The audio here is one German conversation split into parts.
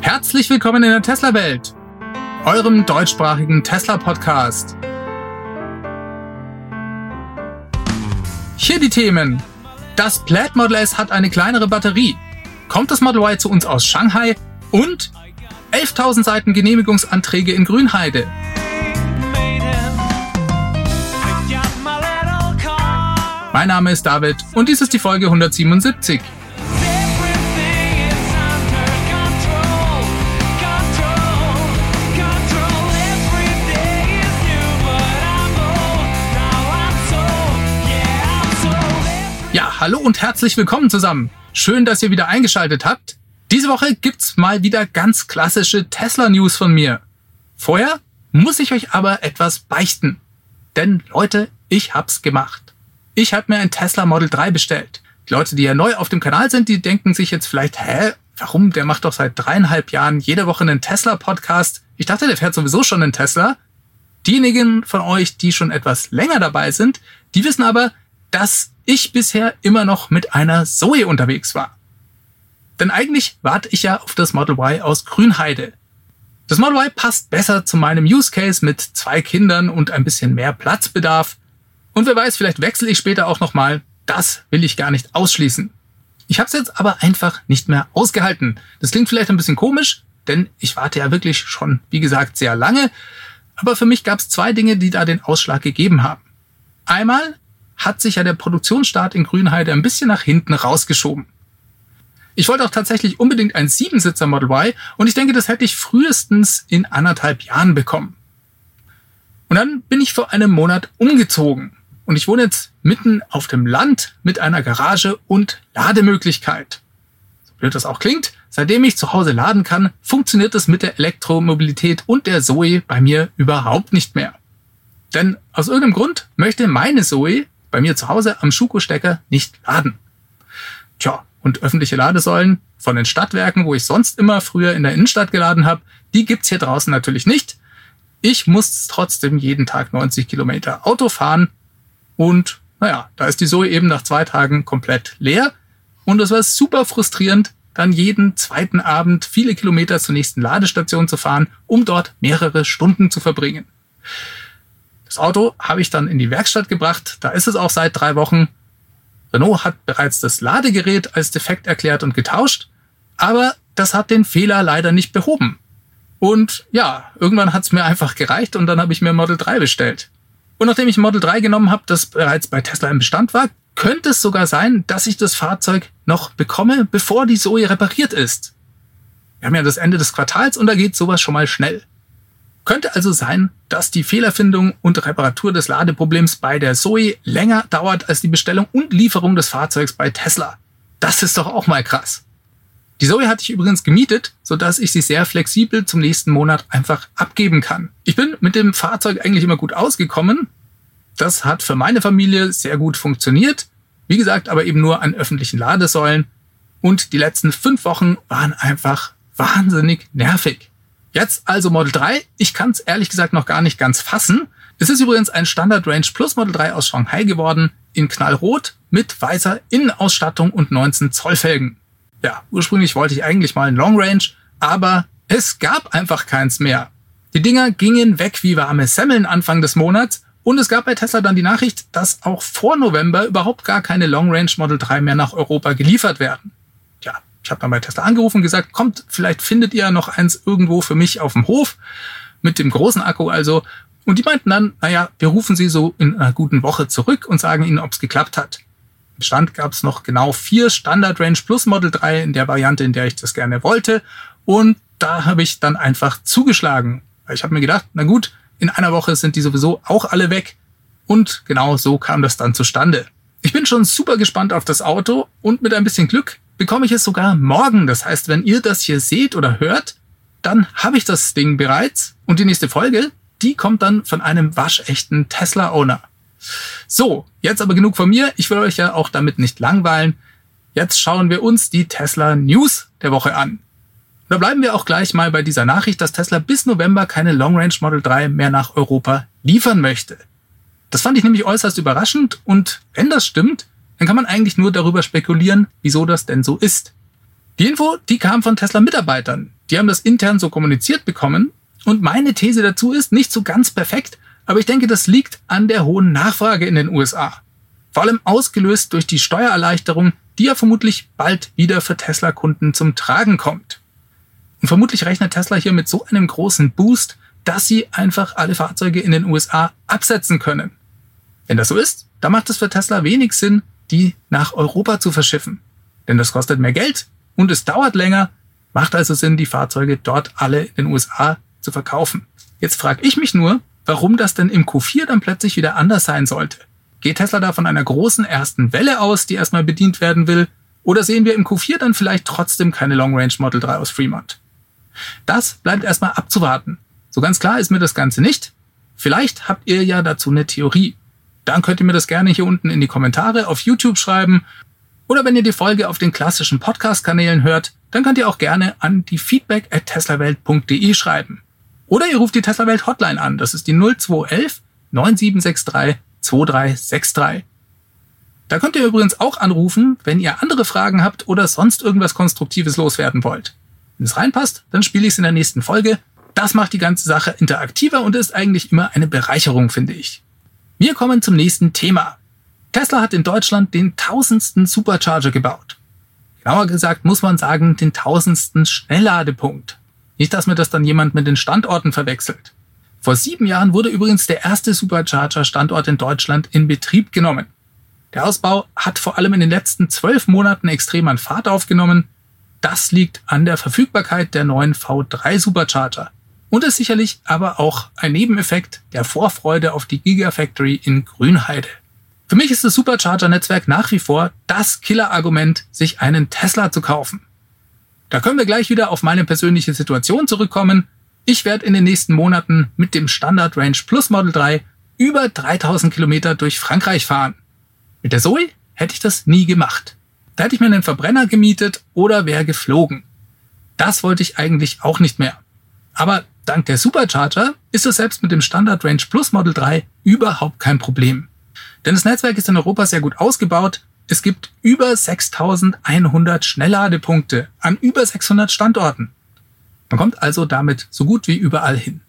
Herzlich willkommen in der Tesla-Welt, eurem deutschsprachigen Tesla-Podcast. Hier die Themen. Das Plaid Model S hat eine kleinere Batterie. Kommt das Model Y zu uns aus Shanghai? Und 11.000 Seiten Genehmigungsanträge in Grünheide. Mein Name ist David und dies ist die Folge 177. Ja, hallo und herzlich willkommen zusammen. Schön, dass ihr wieder eingeschaltet habt. Diese Woche gibt's mal wieder ganz klassische Tesla-News von mir. Vorher muss ich euch aber etwas beichten. Denn Leute, ich hab's gemacht. Ich habe mir ein Tesla Model 3 bestellt. Die Leute, die ja neu auf dem Kanal sind, die denken sich jetzt vielleicht, warum? Der macht doch seit 3,5 Jahren jede Woche einen Tesla-Podcast. Ich dachte, der fährt sowieso schon einen Tesla. Diejenigen von euch, die schon etwas länger dabei sind, die wissen aber, dass ich bisher immer noch mit einer Zoe unterwegs war. Denn eigentlich warte ich ja auf das Model Y aus Grünheide. Das Model Y passt besser zu meinem Use Case mit 2 Kindern und ein bisschen mehr Platzbedarf. Und wer weiß, vielleicht wechsle ich später auch nochmal. Das will ich gar nicht ausschließen. Ich habe es jetzt aber einfach nicht mehr ausgehalten. Das klingt vielleicht ein bisschen komisch, denn ich warte ja wirklich schon, wie gesagt, sehr lange. Aber für mich gab es 2 Dinge, die da den Ausschlag gegeben haben. Einmal hat sich ja der Produktionsstart in Grünheide ein bisschen nach hinten rausgeschoben. Ich wollte auch tatsächlich unbedingt ein 7-Sitzer Model Y und ich denke, das hätte ich frühestens in 1,5 Jahren bekommen. Und dann bin ich vor einem Monat umgezogen und ich wohne jetzt mitten auf dem Land mit einer Garage und Lademöglichkeit. So blöd das auch klingt, seitdem ich zu Hause laden kann, funktioniert es mit der Elektromobilität und der Zoe bei mir überhaupt nicht mehr. Denn aus irgendeinem Grund möchte meine Zoe bei mir zu Hause am Schuko-Stecker nicht laden. Tja, und öffentliche Ladesäulen von den Stadtwerken, wo ich sonst immer früher in der Innenstadt geladen habe, die gibt's hier draußen natürlich nicht. Ich muss trotzdem jeden Tag 90 Kilometer Auto fahren und da ist die Zoe eben nach 2 Tagen komplett leer und das war super frustrierend, dann jeden zweiten Abend viele Kilometer zur nächsten Ladestation zu fahren, um dort mehrere Stunden zu verbringen. Das Auto habe ich dann in die Werkstatt gebracht, da ist es auch seit 3 Wochen. Renault hat bereits das Ladegerät als defekt erklärt und getauscht, aber das hat den Fehler leider nicht behoben. Und ja, irgendwann hat es mir einfach gereicht und dann habe ich mir Model 3 bestellt. Und nachdem ich ein Model 3 genommen habe, das bereits bei Tesla im Bestand war, könnte es sogar sein, dass ich das Fahrzeug noch bekomme, bevor die Zoe repariert ist. Wir haben ja das Ende des Quartals und da geht sowas schon mal schnell. Könnte also sein, dass die Fehlerfindung und Reparatur des Ladeproblems bei der Zoe länger dauert als die Bestellung und Lieferung des Fahrzeugs bei Tesla. Das ist doch auch mal krass. Die Zoe hatte ich übrigens gemietet, sodass ich sie sehr flexibel zum nächsten Monat einfach abgeben kann. Ich bin mit dem Fahrzeug eigentlich immer gut ausgekommen. Das hat für meine Familie sehr gut funktioniert. Wie gesagt, aber eben nur an öffentlichen Ladesäulen. Und die letzten 5 Wochen waren einfach wahnsinnig nervig. Jetzt also Model 3. Ich kann es ehrlich gesagt noch gar nicht ganz fassen. Es ist übrigens ein Standard Range Plus Model 3 aus Shanghai geworden, in knallrot, mit weißer Innenausstattung und 19 Zoll Felgen. Ja, ursprünglich wollte ich eigentlich mal ein Long Range, aber es gab einfach keins mehr. Die Dinger gingen weg wie warme Semmeln Anfang des Monats und es gab bei Tesla dann die Nachricht, dass auch vor November überhaupt gar keine Long Range Model 3 mehr nach Europa geliefert werden. Ja, ich habe dann bei Tesla angerufen und gesagt, kommt, vielleicht findet ihr noch eins irgendwo für mich auf dem Hof, mit dem großen Akku also. Und die meinten dann, wir rufen sie so in einer guten Woche zurück und sagen ihnen, ob es geklappt hat. Im Bestand gab es noch genau 4 Standard Range Plus Model 3 in der Variante, in der ich das gerne wollte. Und da habe ich dann einfach zugeschlagen. Weil ich habe mir gedacht, na gut, in einer Woche sind die sowieso auch alle weg. Und genau so kam das dann zustande. Ich bin schon super gespannt auf das Auto und mit ein bisschen Glück bekomme ich es sogar morgen. Das heißt, wenn ihr das hier seht oder hört, dann habe ich das Ding bereits. Und die nächste Folge, die kommt dann von einem waschechten Tesla-Owner. So, jetzt aber genug von mir. Ich will euch ja auch damit nicht langweilen. Jetzt schauen wir uns die Tesla News der Woche an. Und da bleiben wir auch gleich mal bei dieser Nachricht, dass Tesla bis November keine Long Range Model 3 mehr nach Europa liefern möchte. Das fand ich nämlich äußerst überraschend und wenn das stimmt, dann kann man eigentlich nur darüber spekulieren, wieso das denn so ist. Die Info, die kam von Tesla-Mitarbeitern. Die haben das intern so kommuniziert bekommen und meine These dazu ist nicht so ganz perfekt, aber ich denke, das liegt an der hohen Nachfrage in den USA. Vor allem ausgelöst durch die Steuererleichterung, die ja vermutlich bald wieder für Tesla-Kunden zum Tragen kommt. Und vermutlich rechnet Tesla hier mit so einem großen Boost, dass sie einfach alle Fahrzeuge in den USA absetzen können. Wenn das so ist, dann macht es für Tesla wenig Sinn, die nach Europa zu verschiffen. Denn das kostet mehr Geld und es dauert länger, macht also Sinn, die Fahrzeuge dort alle in den USA zu verkaufen. Jetzt frage ich mich nur, warum das denn im Q4 dann plötzlich wieder anders sein sollte. Geht Tesla da von einer großen ersten Welle aus, die erstmal bedient werden will? Oder sehen wir im Q4 dann vielleicht trotzdem keine Long Range Model 3 aus Fremont? Das bleibt erstmal abzuwarten. So ganz klar ist mir das Ganze nicht. Vielleicht habt ihr ja dazu eine Theorie. Dann könnt ihr mir das gerne hier unten in die Kommentare auf YouTube schreiben. Oder wenn ihr die Folge auf den klassischen Podcast-Kanälen hört, dann könnt ihr auch gerne an die feedback@teslawelt.de schreiben. Oder ihr ruft die Tesla Welt Hotline an. Das ist die 0211 9763 2363. Da könnt ihr übrigens auch anrufen, wenn ihr andere Fragen habt oder sonst irgendwas Konstruktives loswerden wollt. Wenn es reinpasst, dann spiele ich es in der nächsten Folge. Das macht die ganze Sache interaktiver und ist eigentlich immer eine Bereicherung, finde ich. Wir kommen zum nächsten Thema. Tesla hat in Deutschland den 1000. Supercharger gebaut. Genauer gesagt muss man sagen, den 1000. Schnellladepunkt. Nicht, dass mir das dann jemand mit den Standorten verwechselt. Vor 7 Jahren wurde übrigens der erste Supercharger-Standort in Deutschland in Betrieb genommen. Der Ausbau hat vor allem in den letzten 12 Monaten extrem an Fahrt aufgenommen. Das liegt an der Verfügbarkeit der neuen V3 Supercharger. Und ist sicherlich aber auch ein Nebeneffekt der Vorfreude auf die Gigafactory in Grünheide. Für mich ist das Supercharger-Netzwerk nach wie vor das Killer-Argument, sich einen Tesla zu kaufen. Da können wir gleich wieder auf meine persönliche Situation zurückkommen. Ich werde in den nächsten Monaten mit dem Standard Range Plus Model 3 über 3000 Kilometer durch Frankreich fahren. Mit der Zoe hätte ich das nie gemacht. Da hätte ich mir einen Verbrenner gemietet oder wäre geflogen. Das wollte ich eigentlich auch nicht mehr. Aber dank der Supercharger ist es selbst mit dem Standard Range Plus Model 3 überhaupt kein Problem. Denn das Netzwerk ist in Europa sehr gut ausgebaut. Es gibt über 6100 Schnellladepunkte an über 600 Standorten. Man kommt also damit so gut wie überall hin.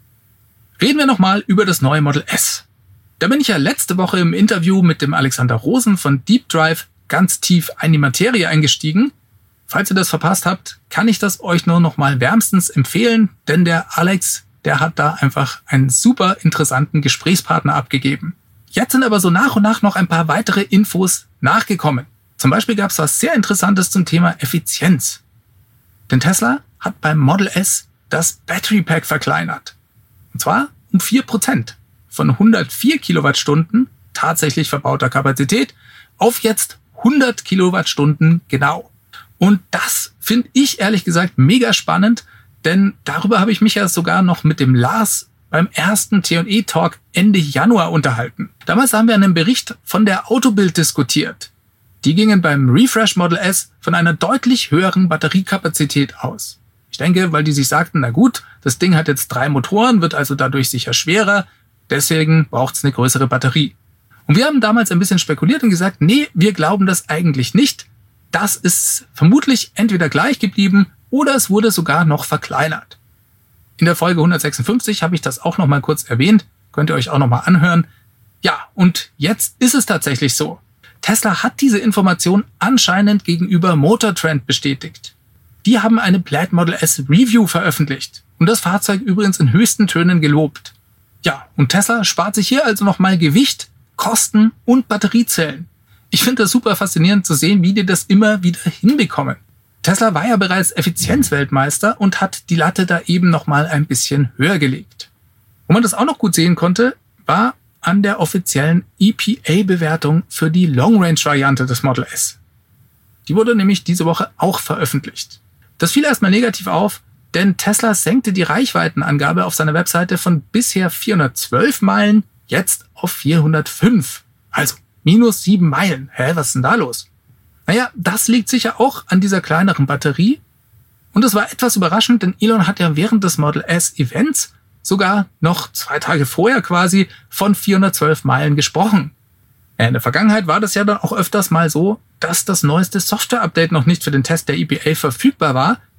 Reden wir nochmal über das neue Model S. Da bin ich ja letzte Woche im Interview mit dem Alexander Rosen von Deep Drive ganz tief in die Materie eingestiegen. Falls ihr das verpasst habt, kann ich das euch nur nochmal wärmstens empfehlen, denn der Alex, der hat da einfach einen super interessanten Gesprächspartner abgegeben. Jetzt sind aber so nach und nach noch ein paar weitere Infos nachgekommen. Zum Beispiel gab es was sehr Interessantes zum Thema Effizienz. Denn Tesla hat beim Model S das Battery Pack verkleinert. Und zwar um 4%. Von 104 Kilowattstunden tatsächlich verbauter Kapazität auf jetzt 100 Kilowattstunden genau. Und das finde ich ehrlich gesagt mega spannend, denn darüber habe ich mich ja sogar noch mit dem Lars beim ersten T&E-Talk Ende Januar unterhalten. Damals haben wir einen Bericht von der Autobild diskutiert. Die gingen beim Refresh Model S von einer deutlich höheren Batteriekapazität aus. Ich denke, weil die sich sagten, na gut, das Ding hat jetzt 3 Motoren, wird also dadurch sicher schwerer, deswegen braucht es eine größere Batterie. Und wir haben damals ein bisschen spekuliert und gesagt, nee, wir glauben das eigentlich nicht. Das ist vermutlich entweder gleich geblieben oder es wurde sogar noch verkleinert. In der Folge 156 habe ich das auch noch mal kurz erwähnt, könnt ihr euch auch noch mal anhören. Ja, und jetzt ist es tatsächlich so. Tesla hat diese Information anscheinend gegenüber Motortrend bestätigt. Die haben eine Plaid Model S Review veröffentlicht und das Fahrzeug übrigens in höchsten Tönen gelobt. Ja, und Tesla spart sich hier also nochmal Gewicht, Kosten und Batteriezellen. Ich finde das super faszinierend zu sehen, wie die das immer wieder hinbekommen. Tesla war ja bereits Effizienzweltmeister und hat die Latte da eben nochmal ein bisschen höher gelegt. Wo man das auch noch gut sehen konnte, war an der offiziellen EPA-Bewertung für die Long-Range-Variante des Model S. Die wurde nämlich diese Woche auch veröffentlicht. Das fiel erstmal negativ auf, denn Tesla senkte die Reichweitenangabe auf seiner Webseite von bisher 412 Meilen jetzt auf 405. Also minus 7 Meilen. Was ist denn da los? Naja, das liegt sicher auch an dieser kleineren Batterie. Und es war etwas überraschend, denn Elon hat ja während des Model S Events sogar noch 2 Tage vorher quasi von 412 Meilen gesprochen. In der Vergangenheit war das ja dann auch öfters mal so, dass das neueste Software-Update noch nicht für den Test der EPA verfügbar war.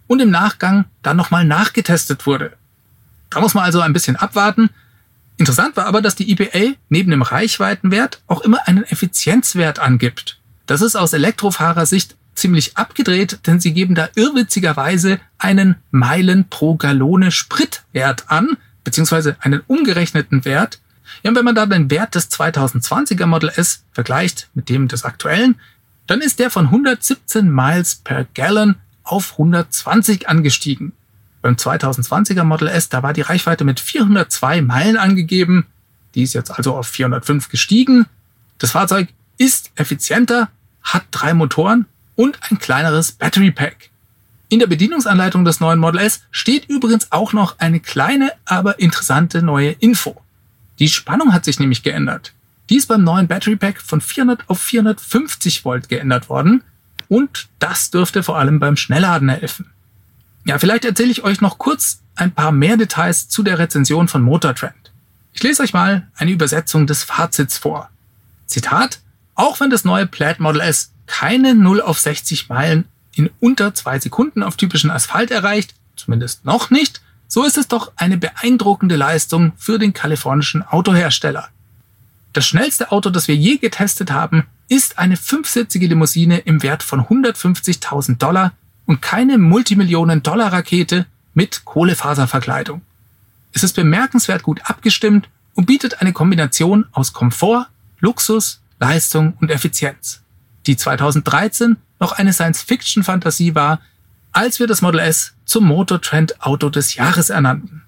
und im Nachgang dann nochmal nachgetestet wurde. Da muss man also ein bisschen abwarten. Interessant war aber, dass die EPA neben dem Reichweitenwert auch immer einen Effizienzwert angibt. Das ist aus Elektrofahrersicht ziemlich abgedreht, denn sie geben da irrwitzigerweise einen Meilen pro Gallone Spritwert an, beziehungsweise einen umgerechneten Wert. Ja, und wenn man da den Wert des 2020er Model S vergleicht mit dem des aktuellen, dann ist der von 117 Miles per Gallon auf 120 angestiegen. Beim 2020er Model S, da war die Reichweite mit 402 Meilen angegeben. Die ist jetzt also auf 405 gestiegen. Das Fahrzeug ist effizienter, hat 3 Motoren und ein kleineres Battery Pack. In der Bedienungsanleitung des neuen Model S steht übrigens auch noch eine kleine, aber interessante neue Info. Die Spannung hat sich nämlich geändert. Die ist beim neuen Battery Pack von 400 auf 450 Volt geändert worden und das dürfte vor allem beim Schnellladen helfen. Ja, vielleicht erzähle ich euch noch kurz ein paar mehr Details zu der Rezension von Motortrend. Ich lese euch mal eine Übersetzung des Fazits vor. Zitat: Auch wenn das neue Plaid Model S keine 0 auf 60 Meilen in unter 2 Sekunden auf typischen Asphalt erreicht, zumindest noch nicht, so ist es doch eine beeindruckende Leistung für den kalifornischen Autohersteller. Das schnellste Auto, das wir je getestet haben, ist eine 5-sitzige Limousine im Wert von $150.000 und keine Multimillionen-Dollar-Rakete mit Kohlefaserverkleidung. Es ist bemerkenswert gut abgestimmt und bietet eine Kombination aus Komfort, Luxus, Leistung und Effizienz, die 2013 noch eine Science-Fiction-Fantasie war, als wir das Model S zum Motortrend Auto des Jahres ernannten.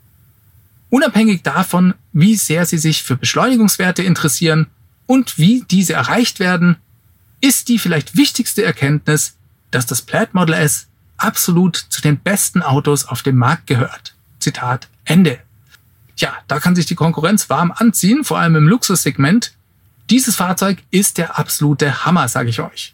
Unabhängig davon, wie sehr Sie sich für Beschleunigungswerte interessieren und wie diese erreicht werden, ist die vielleicht wichtigste Erkenntnis, dass das Plaid Model S absolut zu den besten Autos auf dem Markt gehört. Zitat Ende. Ja, da kann sich die Konkurrenz warm anziehen, vor allem im Luxussegment. Dieses Fahrzeug ist der absolute Hammer, sage ich euch.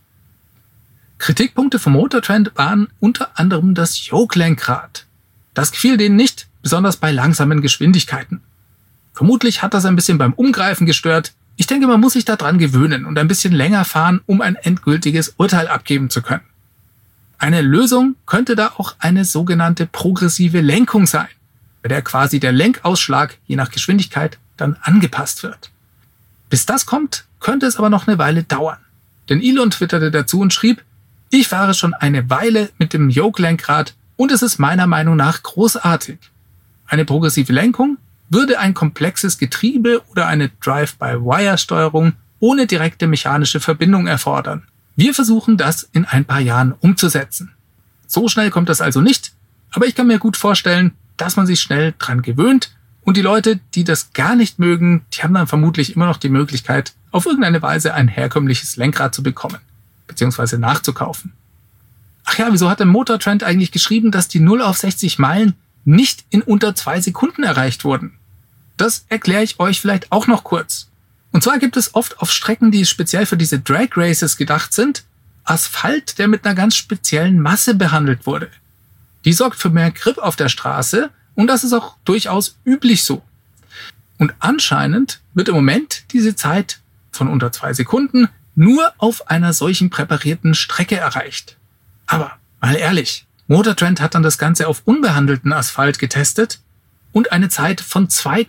Kritikpunkte vom Motortrend waren unter anderem das Yoke-Lenkrad. Das gefiel denen nicht, besonders bei langsamen Geschwindigkeiten. Vermutlich hat das ein bisschen beim Umgreifen gestört. Ich denke, man muss sich daran gewöhnen und ein bisschen länger fahren, um ein endgültiges Urteil abgeben zu können. Eine Lösung könnte da auch eine sogenannte progressive Lenkung sein, bei der quasi der Lenkausschlag je nach Geschwindigkeit dann angepasst wird. Bis das kommt, könnte es aber noch eine Weile dauern. Denn Elon twitterte dazu und schrieb: Ich fahre schon eine Weile mit dem Yoke-Lenkrad und es ist meiner Meinung nach großartig. Eine progressive Lenkung würde ein komplexes Getriebe oder eine Drive-by-Wire-Steuerung ohne direkte mechanische Verbindung erfordern. Wir versuchen das in ein paar Jahren umzusetzen. So schnell kommt das also nicht, aber ich kann mir gut vorstellen, dass man sich schnell dran gewöhnt und die Leute, die das gar nicht mögen, die haben dann vermutlich immer noch die Möglichkeit, auf irgendeine Weise ein herkömmliches Lenkrad zu bekommen, beziehungsweise nachzukaufen. Ach ja, wieso hat der Motortrend eigentlich geschrieben, dass die 0 auf 60 Meilen nicht in unter 2 Sekunden erreicht wurden? Das erkläre ich euch vielleicht auch noch kurz. Und zwar gibt es oft auf Strecken, die speziell für diese Drag Races gedacht sind, Asphalt, der mit einer ganz speziellen Masse behandelt wurde. Die sorgt für mehr Grip auf der Straße und das ist auch durchaus üblich so. Und anscheinend wird im Moment diese Zeit von unter 2 Sekunden nur auf einer solchen präparierten Strecke erreicht. Aber mal ehrlich, Motortrend hat dann das Ganze auf unbehandelten Asphalt getestet und eine Zeit von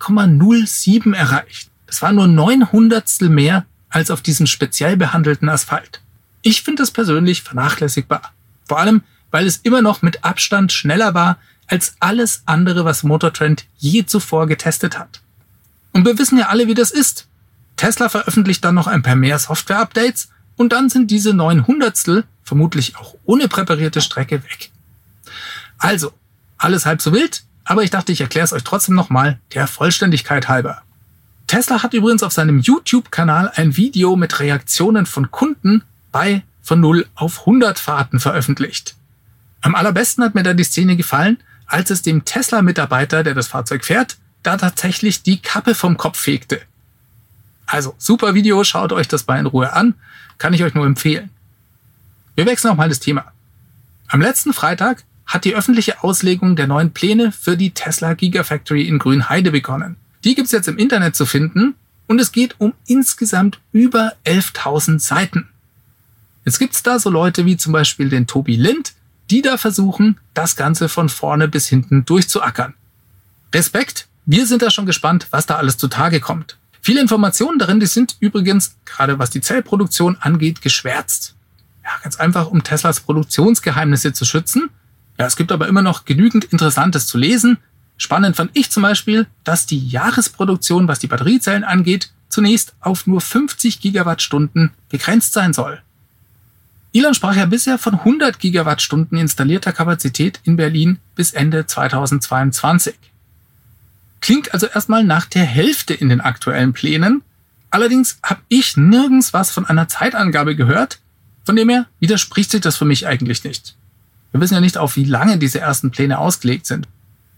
2,07 erreicht. Das war nur 900stel mehr als auf diesem speziell behandelten Asphalt. Ich finde das persönlich vernachlässigbar. Vor allem, weil es immer noch mit Abstand schneller war als alles andere, was Motortrend je zuvor getestet hat. Und wir wissen ja alle, wie das ist. Tesla veröffentlicht dann noch ein paar mehr Software-Updates und dann sind diese 900stel vermutlich auch ohne präparierte Strecke weg. Also, alles halb so wild, aber ich dachte, ich erkläre es euch trotzdem nochmal, der Vollständigkeit halber. Tesla hat übrigens auf seinem YouTube-Kanal ein Video mit Reaktionen von Kunden bei von 0 auf 100 Fahrten veröffentlicht. Am allerbesten hat mir da die Szene gefallen, als es dem Tesla-Mitarbeiter, der das Fahrzeug fährt, da tatsächlich die Kappe vom Kopf fegte. Also, super Video, schaut euch das mal in Ruhe an, kann ich euch nur empfehlen. Wir wechseln nochmal das Thema. Am letzten Freitag hat die öffentliche Auslegung der neuen Pläne für die Tesla Gigafactory in Grünheide begonnen. Die gibt's jetzt im Internet zu finden und es geht um insgesamt über 11.000 Seiten. Jetzt gibt's da so Leute wie zum Beispiel den Tobi Lind, die da versuchen, das Ganze von vorne bis hinten durchzuackern. Respekt, wir sind da schon gespannt, was da alles zutage kommt. Viele Informationen darin, die sind übrigens, gerade was die Zellproduktion angeht, geschwärzt. Ja, ganz einfach, um Teslas Produktionsgeheimnisse zu schützen. Ja, es gibt aber immer noch genügend Interessantes zu lesen. Spannend fand ich zum Beispiel, dass die Jahresproduktion, was die Batteriezellen angeht, zunächst auf nur 50 Gigawattstunden begrenzt sein soll. Elon sprach ja bisher von 100 Gigawattstunden installierter Kapazität in Berlin bis Ende 2022. Klingt also erstmal nach der Hälfte in den aktuellen Plänen. Allerdings habe ich nirgends was von einer Zeitangabe gehört. Von dem her widerspricht sich das für mich eigentlich nicht. Wir wissen ja nicht, auf wie lange diese ersten Pläne ausgelegt sind.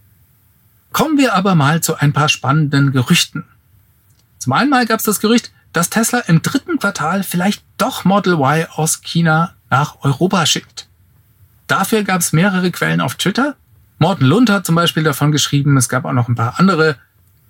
Kommen wir aber mal zu ein paar spannenden Gerüchten. Zum einen mal gab es das Gerücht, dass Tesla im 3. Quartal vielleicht doch Model Y aus China nach Europa schickt. Dafür gab es mehrere Quellen auf Twitter. Morten Lund hat zum Beispiel davon geschrieben, es gab auch noch ein paar andere.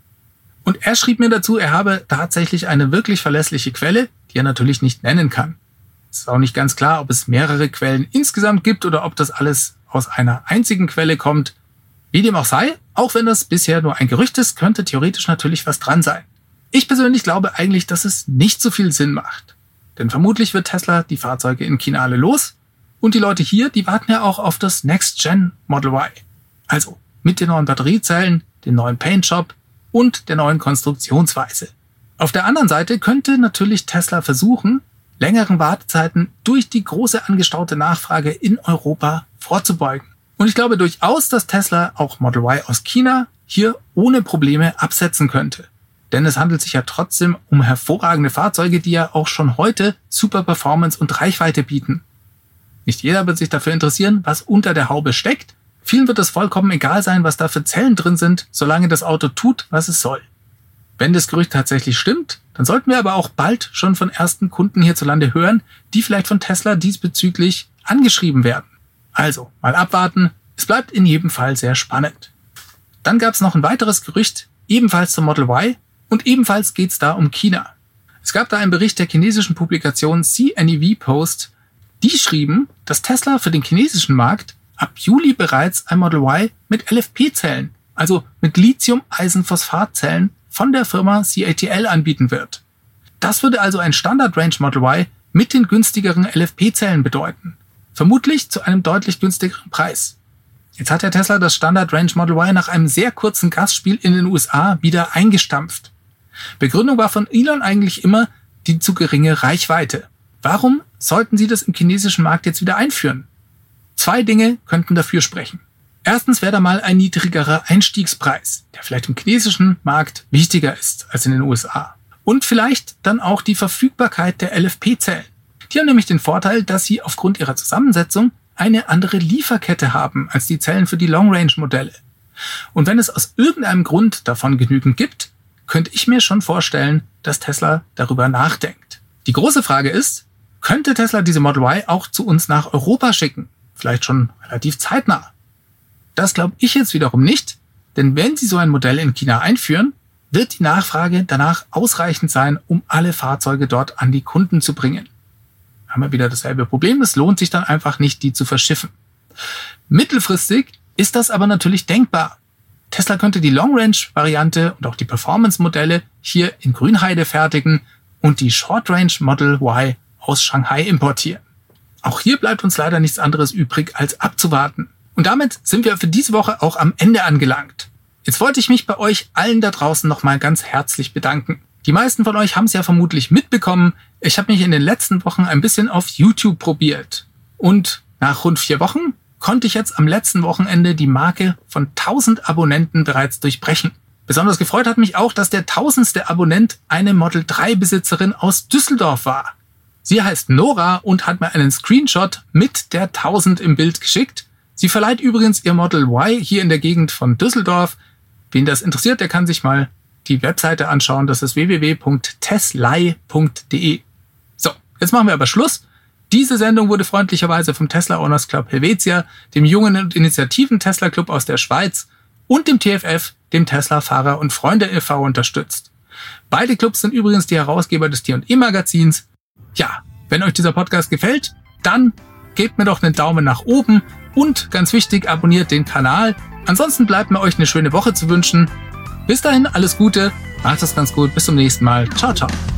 Und er schrieb mir dazu, er habe tatsächlich eine wirklich verlässliche Quelle, die er natürlich nicht nennen kann. Es ist auch nicht ganz klar, ob es mehrere Quellen insgesamt gibt oder ob das alles aus einer einzigen Quelle kommt. Wie dem auch sei, auch wenn das bisher nur ein Gerücht ist, könnte theoretisch natürlich was dran sein. Ich persönlich glaube eigentlich, dass es nicht so viel Sinn macht. Denn vermutlich wird Tesla die Fahrzeuge in China alle los und die Leute hier, die warten ja auch auf das Next-Gen Model Y. Also mit den neuen Batteriezellen, dem neuen Paintjob und der neuen Konstruktionsweise. Auf der anderen Seite könnte natürlich Tesla versuchen, längeren Wartezeiten durch die große angestaute Nachfrage in Europa vorzubeugen. Und ich glaube durchaus, dass Tesla auch Model Y aus China hier ohne Probleme absetzen könnte. Denn es handelt sich ja trotzdem um hervorragende Fahrzeuge, die ja auch schon heute super Performance und Reichweite bieten. Nicht jeder wird sich dafür interessieren, was unter der Haube steckt. Vielen wird es vollkommen egal sein, was da für Zellen drin sind, solange das Auto tut, was es soll. Wenn das Gerücht tatsächlich stimmt, dann sollten wir aber auch bald schon von ersten Kunden hierzulande hören, die vielleicht von Tesla diesbezüglich angeschrieben werden. Also, mal abwarten. Es bleibt in jedem Fall sehr spannend. Dann gab es noch ein weiteres Gerücht, ebenfalls zum Model Y, und ebenfalls geht es da um China. Es gab da einen Bericht der chinesischen Publikation CNEV Post, die schrieben, dass Tesla für den chinesischen Markt ab Juli bereits ein Model Y mit LFP-Zellen, also mit Lithium-Eisenphosphat-Zellen von der Firma CATL anbieten wird. Das würde also ein Standard-Range Model Y mit den günstigeren LFP-Zellen bedeuten. Vermutlich zu einem deutlich günstigeren Preis. Jetzt hat der Tesla das Standard-Range Model Y nach einem sehr kurzen Gastspiel in den USA wieder eingestampft. Begründung war von Elon eigentlich immer die zu geringe Reichweite. Warum sollten sie das im chinesischen Markt jetzt wieder einführen? 2 Dinge könnten dafür sprechen. Erstens wäre da mal ein niedrigerer Einstiegspreis, der vielleicht im chinesischen Markt wichtiger ist als in den USA. Und vielleicht dann auch die Verfügbarkeit der LFP-Zellen. Die haben nämlich den Vorteil, dass sie aufgrund ihrer Zusammensetzung eine andere Lieferkette haben als die Zellen für die Long-Range-Modelle. Und wenn es aus irgendeinem Grund davon genügend gibt, könnte ich mir schon vorstellen, dass Tesla darüber nachdenkt. Die große Frage ist, könnte Tesla diese Model Y auch zu uns nach Europa schicken? Vielleicht schon relativ zeitnah. Das glaube ich jetzt wiederum nicht, denn wenn sie so ein Modell in China einführen, wird die Nachfrage danach ausreichend sein, um alle Fahrzeuge dort an die Kunden zu bringen. Haben wir wieder dasselbe Problem, es lohnt sich dann einfach nicht, die zu verschiffen. Mittelfristig ist das aber natürlich denkbar. Tesla könnte die Long-Range-Variante und auch die Performance-Modelle hier in Grünheide fertigen und die Short-Range Model Y aus Shanghai importieren. Auch hier bleibt uns leider nichts anderes übrig, als abzuwarten. Und damit sind wir für diese Woche auch am Ende angelangt. Jetzt wollte ich mich bei euch allen da draußen nochmal ganz herzlich bedanken. Die meisten von euch haben es ja vermutlich mitbekommen. Ich habe mich in den letzten Wochen ein bisschen auf YouTube probiert. Und nach rund 4 Wochen konnte ich jetzt am letzten Wochenende die Marke von 1000 Abonnenten bereits durchbrechen. Besonders gefreut hat mich auch, dass der 1000. Abonnent eine Model 3 Besitzerin aus Düsseldorf war. Sie heißt Nora und hat mir einen Screenshot mit der 1000 im Bild geschickt. Sie verleiht übrigens ihr Model Y hier in der Gegend von Düsseldorf. Wen das interessiert, der kann sich mal die Webseite anschauen. Das ist www.teslai.de. So, jetzt machen wir aber Schluss. Diese Sendung wurde freundlicherweise vom Tesla Owners Club Helvetia, dem Jungen- und Initiativen-Tesla-Club aus der Schweiz und dem TFF, dem Tesla-Fahrer- und Freunde e.V. unterstützt. Beide Clubs sind übrigens die Herausgeber des T&E-Magazins. Ja, wenn euch dieser Podcast gefällt, dann gebt mir doch einen Daumen nach oben und ganz wichtig, abonniert den Kanal. Ansonsten bleibt mir euch eine schöne Woche zu wünschen. Bis dahin, alles Gute, macht es ganz gut, bis zum nächsten Mal. Ciao, ciao.